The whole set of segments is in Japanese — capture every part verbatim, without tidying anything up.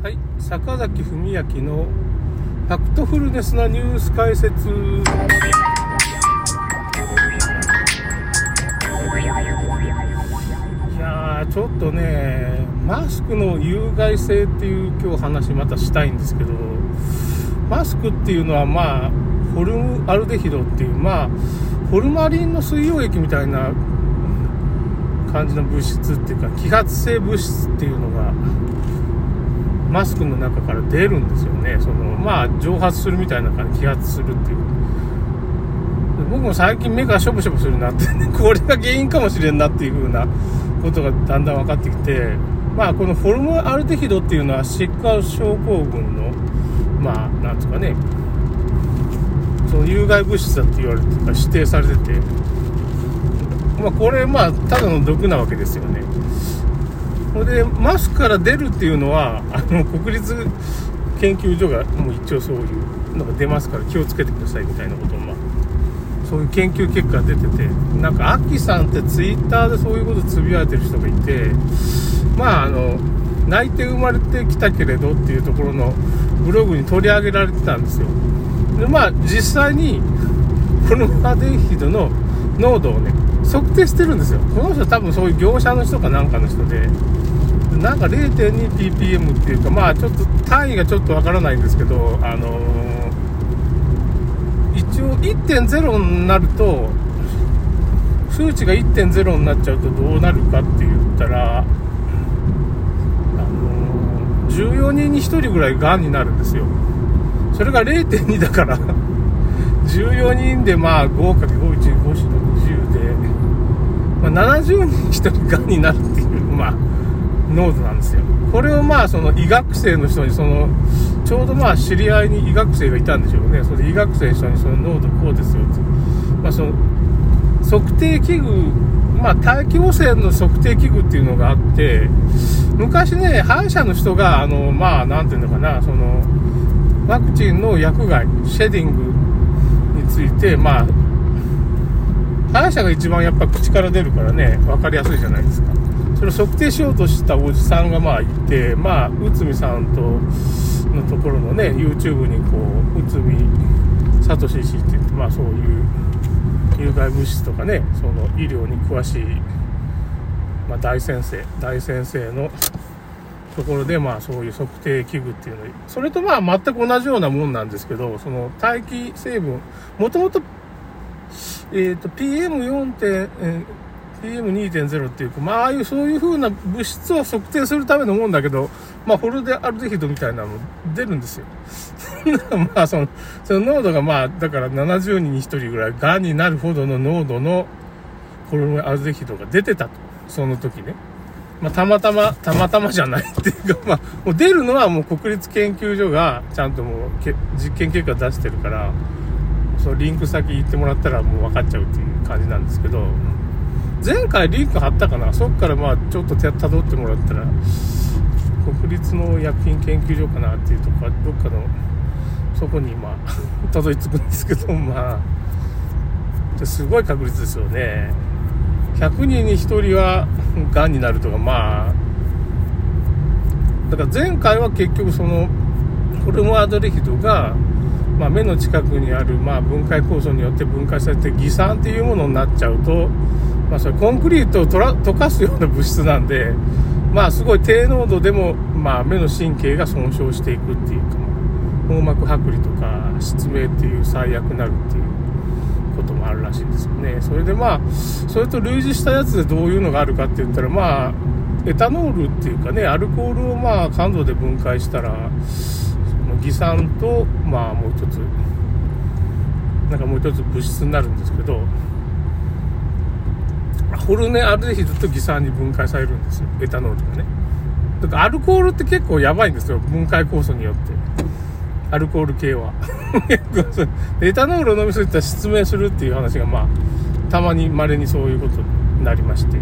はい、坂崎文明のファクトフルネスなニュース解説。いやーちょっとね、マスクの有害性っていう今日話またしたいんですけど、マスクっていうのはまあホルムアルデヒドっていうまあホルマリンの水溶液みたいな感じの物質っていうか揮発性物質っていうのがマスクの中から出るんですよね。そのまあ蒸発するみたいな感じで揮発するっていう。僕も最近目がしょぼしょぼするなって、ね、これが原因かもしれんなっていう風なことがだんだん分かってきて、まあこのフォルムアルデヒドっていうのはシックアウト症候群のまあなんですかね、その有害物質だって言われて指定されてて、まあこれまあただの毒なわけですよね。でマスクから出るっていうのはあの国立研究所がもう一応そういうのが出ますから気をつけてくださいみたいなことを、まあ、そういう研究結果が出てて、なんかアッキさんってツイッターでそういうことつぶやいてる人がいて、まああの泣いて生まれてきたけれどっていうところのブログに取り上げられてたんですよ。でまあ実際にフォルムアルデヒドの濃度をね測定してるんですよ。この人多分そういう業者の人かなんかの人で、なんか れいてんにピーピーエム っていうか、まあちょっと単位がちょっとわからないんですけど、あのー、一応 いってんゼロ になると数値が いってんゼロ になっちゃうとどうなるかって言ったら、あのー、じゅうよにんにひとりぐらいがんになるんですよ。それが れいてんに だからじゅうよにんでまあ ごかけるご、いち、ご、よん、にじゅうで、まあ、ななじゅうにんにひとりがんになるっていうまあ濃度なんですよ。これをまあその医学生の人にそのちょうどまあ知り合いに医学生がいたんでしょうね。それで医学生の人にその濃度こうですよって、まあその測定器具、まあ大気汚染の測定器具っていうのがあって、昔ね歯医者の人があのまあなんていうのかな、そのワクチンの薬害シェディングについて、まあ歯医者が一番やっぱ口から出るからね分かりやすいじゃないですか。それを測定しようとしたおじさんがまあいて、まあ内海さんとのところのね YouTube にこう内海聡氏って言って、まあそういう有害物質とかね、その医療に詳しい、まあ、大先生大先生のところでまあそういう測定器具っていうの、それとまあ全く同じようなもんなんですけど、その大気成分もともとえっと ピーエムよん 点ピーエムにてんゼロ っていうか、まあああいうそういう風な物質を測定するためのもんだけど、まあフォルムアルデヒドみたいなのも出るんですよ。まあそのその濃度がまあだからななじゅうにんにひとりぐらいがんになるほどの濃度のフォルムアルデヒドが出てたと、その時ね。まあたまたまたまたまじゃないっていうか、まあもう出るのはもう国立研究所がちゃんともう実験結果出してるから、そのリンク先行ってもらったらもう分かっちゃうっていう感じなんですけど。前回リンク貼ったかな、そっからまあちょっとたどってもらったら国立の薬品研究所かなっていうとこどっかのそこにまあたどり着くんですけど、まあすごい確率ですよね。ひゃくにんにひとりはがんになるとか、まあだから前回は結局そのホルムアルデヒドがまあ目の近くにあるまあ分解酵素によって分解されて偽酸っていうものになっちゃうと、まあ、それコンクリートをとら溶かすような物質なんで、まあすごい低濃度でもまあ目の神経が損傷していくっていうか、網膜剥離とか失明っていう最悪になるっていうこともあるらしいんですよね。それでまあそれと類似したやつでどういうのがあるかって言ったら、まあエタノールっていうかね、アルコールをまあ感度で分解したらその偽酸とまあもう一つなんかもう一つ物質になるんですけど、ホルムアルデヒドと偽酸に分解されるんですよ、エタノールがね。だからアルコールって結構やばいんですよ、分解酵素によって。アルコール系はエタノールを飲みすぎたら失明するっていう話がまあたまに稀にそういうことになりまして、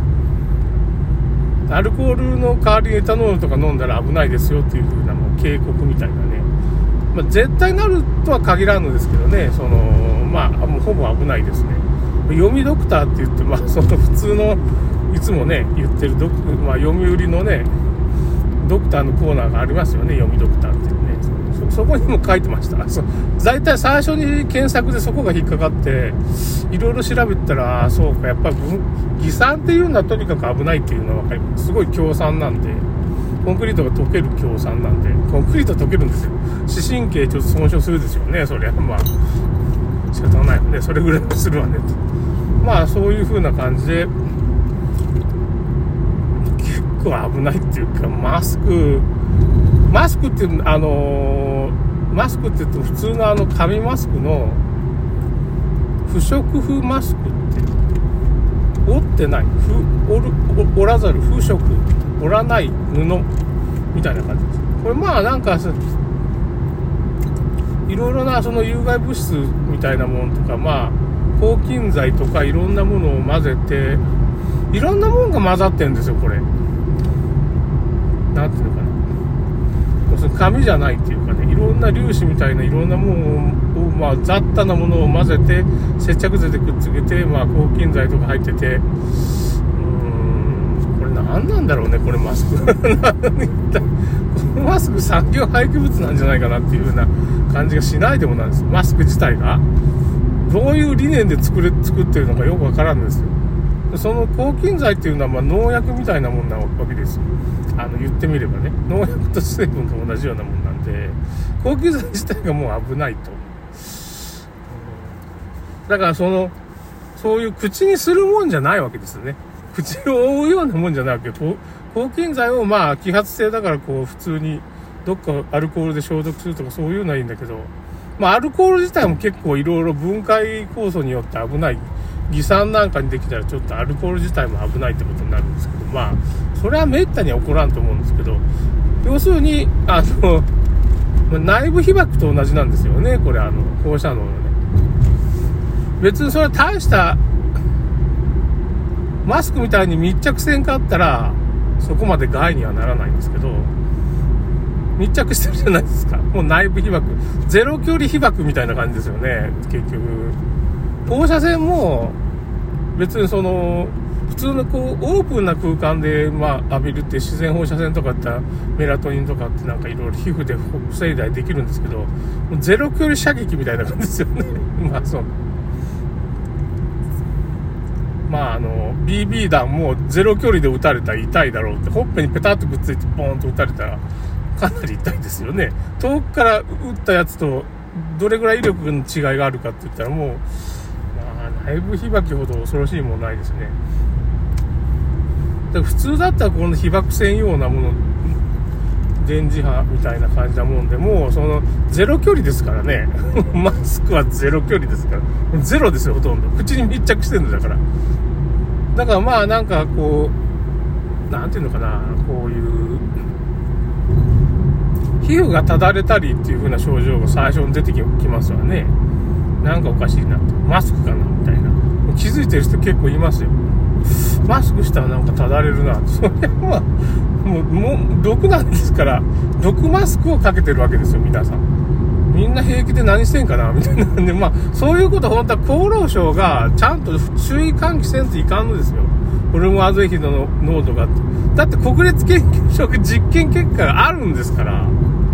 アルコールの代わりにエタノールとか飲んだら危ないですよっていう風なもう警告みたいなね、まあ、絶対なるとは限らんのですけどね、そのまあもうほぼ危ないですね。読みドクターって言って、まあその普通のいつもね言ってるドク、まあ、読売のねドクターのコーナーがありますよね、読みドクターっていうね。 そ, そこにも書いてました。そ大体最初に検索でそこが引っかかっていろいろ調べたら、そうかやっぱり偽酸っていうのはとにかく危ないっていうのは分かります。すごい強酸なんで、コンクリートが溶ける強酸なんで、コンクリート溶けるんですよ。視神経ちょっと損傷するでしょうね。それはまあ仕方ないよね、それぐらいはするわねと。まあそういう風な感じで結構危ないっていうか、マスクマスクってあのー、マスクって言うと普通のあの紙マスクの不織布マスクって折ってない、折る折らざる不織折らない布みたいな感じです。これまあなんかいろいろなその有害物質みたいなものとか、まあ抗菌剤とかいろんなものを混ぜて、いろんなものが混ざってるんですよ。これなんていうのかな、紙じゃないっていうかね、いろんな粒子みたいないろんなものを、まあ、雑多なものを混ぜて接着剤でくっつけて、まあ、抗菌剤とか入ってて、うーんこれ何なんだろうね、これマスクこのマスク産業廃棄物なんじゃないかなっていう風な感じがしないでもないです。マスク自体がどういう理念で作れ作ってるのかよくわからんですよ。その抗菌剤っていうのはまあ農薬みたいなもんなわけですよ。あの言ってみればね、農薬と成分が同じようなもんなんで、抗菌剤自体がもう危ないと。だからそのそういう口にするもんじゃないわけですよね。口を覆うようなもんじゃないわけ。抗菌剤をまあ揮発性だからこう普通にどっかアルコールで消毒するとかそういうのはいいんだけど、まあアルコール自体も結構いろいろ分解酵素によって危ない。偽酸なんかにできたらちょっとアルコール自体も危ないってことになるんですけど、まあそれはめったには起こらんと思うんですけど、要するにあの内部被曝と同じなんですよね。これあの放射能のね、別にそれは大したマスクみたいに密着せんかったらそこまで害にはならないんですけど、密着してるじゃないですか。もう内部被曝、ゼロ距離被曝みたいな感じですよね。結局放射線も別にその普通のこうオープンな空間でまあ浴びるって自然放射線とかってメラトニンとかってなんかいろいろ皮膚で防いだりできるんですけど、ゼロ距離射撃みたいな感じですよねまあそうまああの ビービー 弾もゼロ距離で撃たれたら痛いだろうって、ほっぺにペタッとくっついてポーンと撃たれたらかなり痛いですよね。遠くから撃ったやつとどれぐらい威力の違いがあるかって言ったらもう内部被曝ほど恐ろしいものないですね。だから普通だったらこの被曝専用なもの、電磁波みたいな感じなもんでもそのゼロ距離ですからねマスクはゼロ距離ですから、ゼロですよほとんど。口に密着してるんだから。だからまあなんかこうなんていうのかな、こういう皮膚がただれたりっていう風な症状が最初に出てきますわね。なんかおかしいなと、マスクかなみたいな気づいてる人結構いますよ。マスクしたらなんかただれるな、それはもう、もう毒なんですから、毒マスクをかけてるわけですよ皆さん。みんな平気で何してんかなみたいなんで、まあそういうこと本当は厚労省がちゃんと注意喚起せんといかんのですよ。ホルモンアゼヒドの濃度がだって国立研究所実験結果があるんですから、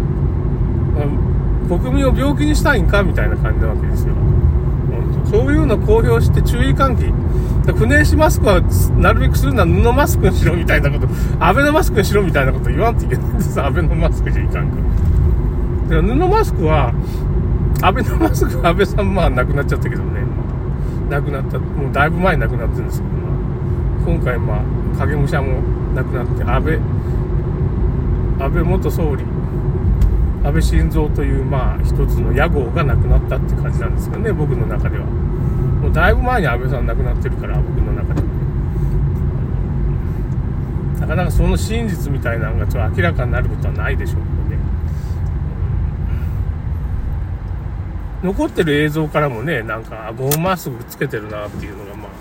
国民を病気にしたいんかみたいな感じなわけですよ。そういうのを公表して注意喚起。不燃止マスクはなるべくするのは布マスクにしろみたいなこと、アベノマスクにしろみたいなこと言わんといけないんです。アベノマスクじゃいかんから。だから布マスクは、アベノマスクは安倍さんまあ亡くなっちゃったけどね。まあ、亡くなった、もうだいぶ前に亡くなってるんですけど、まあ、今回まあ影武者も亡くなって、安倍、安倍元総理、安倍晋三というまあ一つの屋号がなくなったって感じなんですけどね、僕の中では。もうだいぶ前に安倍さん亡くなってるから、僕の中では。なかなかその真実みたいなのがちょっと明らかになることはないでしょうけどね。残ってる映像からもね、なんかゴムマスクつけてるなっていうのがまあ、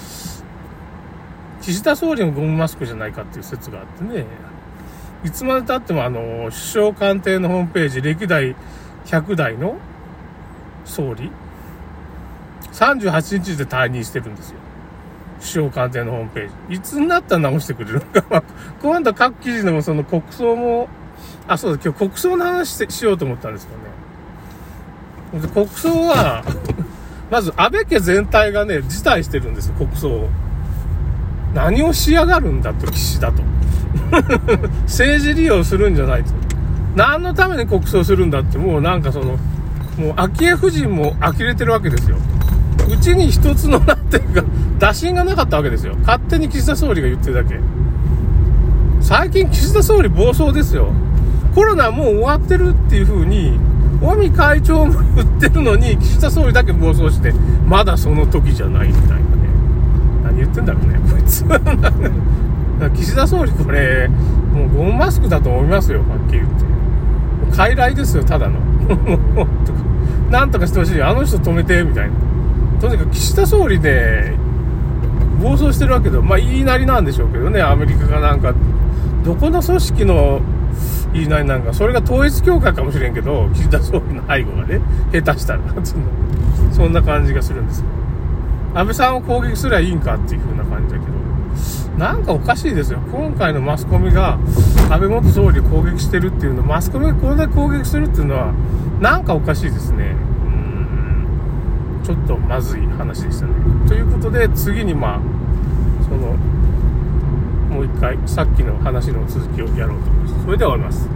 岸田総理のゴムマスクじゃないかっていう説があってね。いつまで経ってもあの首相官邸のホームページ歴代ひゃくだいの総理さんじゅうはちにちで退任してるんですよ。 首相官邸のホームページ。いつになったら直してくれるのか。今度は各記事でもその国葬も、あ、そうだ、今日国葬の話しようと思ったんですよね。国葬は、まず安倍家全体がね、辞退してるんですよ、国葬を。何をしやがるんだと、岸田と。政治利用するんじゃないと。何のために国葬するんだって、もうなんかその、もう昭恵夫人も呆れてるわけですよ。うちに一つのなんていうか、打診がなかったわけですよ。勝手に岸田総理が言ってるだけ。最近岸田総理暴走ですよ。コロナもう終わってるっていう風に、尾身会長も言ってるのに、岸田総理だけ暴走して、まだその時じゃないみたいなね。何言ってんだろうね、こいつ。岸田総理これ、もうゴムマスクだと思いますよ、はっきり言って。傀儡ですよ、ただの。なんとかしてほしい。あの人止めて、みたいな。とにかく岸田総理で、暴走してるわけで、まあ言いなりなんでしょうけどね、アメリカがなんか、どこの組織の言いなりなんか、それが統一教会かもしれんけど、岸田総理の背後がね、下手したら、そんな感じがするんですよ。安倍さんを攻撃すりゃいいんかっていう風な感じだけど、なんかおかしいですよ。今回のマスコミが安倍元総理を攻撃してるっていうの、マスコミがこれだけ攻撃するっていうのは、なんかおかしいですね。うーん、ちょっとまずい話でしたね。ということで、次にまあ、その、もう一回、さっきの話の続きをやろうと思います。それでは終わります。